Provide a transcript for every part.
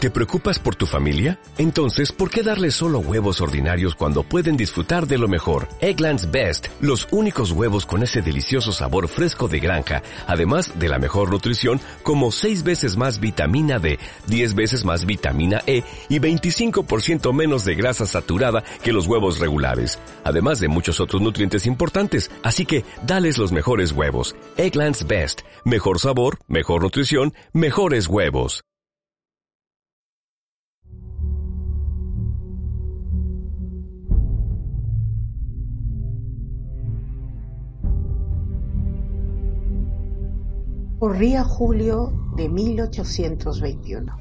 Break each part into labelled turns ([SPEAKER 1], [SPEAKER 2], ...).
[SPEAKER 1] ¿Te preocupas por tu familia? Entonces, ¿por qué darles solo huevos ordinarios cuando pueden disfrutar de lo mejor? Eggland's Best, los únicos huevos con ese delicioso sabor fresco de granja, además de la mejor nutrición, como 6 veces más vitamina D, 10 veces más vitamina E y 25% menos de grasa saturada que los huevos regulares, además de muchos otros nutrientes importantes. Así que, dales los mejores huevos. Eggland's Best, mejor sabor, mejor nutrición, mejores huevos.
[SPEAKER 2] Corría julio de 1821.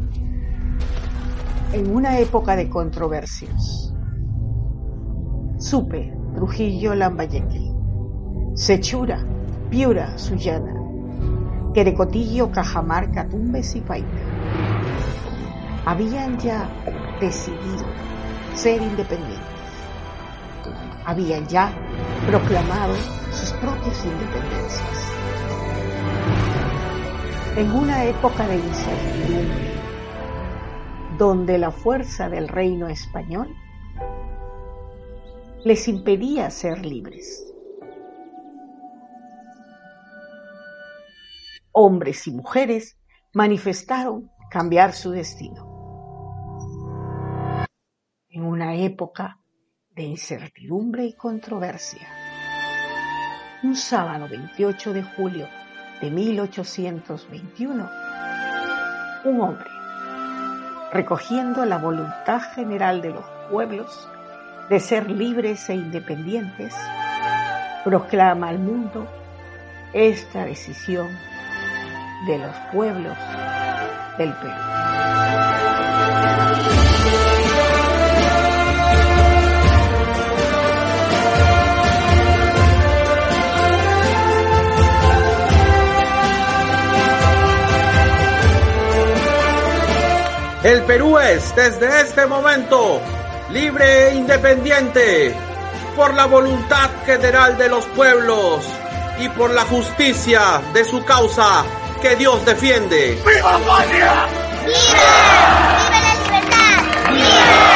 [SPEAKER 2] En una época de controversias. Supe, Trujillo, Lambayeque, Sechura, Piura, Sullana, Querecotillo, Cajamarca, Tumbes y Paica habían ya decidido ser independientes. Habían ya proclamado sus propias independencias. En una época de incertidumbre, donde la fuerza del reino español les impedía ser libres. Hombres y mujeres manifestaron cambiar su destino. En una época de incertidumbre y controversia, un sábado 28 de julio de 1821, un hombre, recogiendo la voluntad general de los pueblos de ser libres e independientes, proclama al mundo esta decisión de los pueblos del Perú.
[SPEAKER 3] El Perú es, desde este momento, libre e independiente, por la voluntad general de los pueblos y por la justicia de su causa que Dios defiende.
[SPEAKER 4] ¡Viva España! ¡Viva! ¡Viva la libertad! ¡Viva!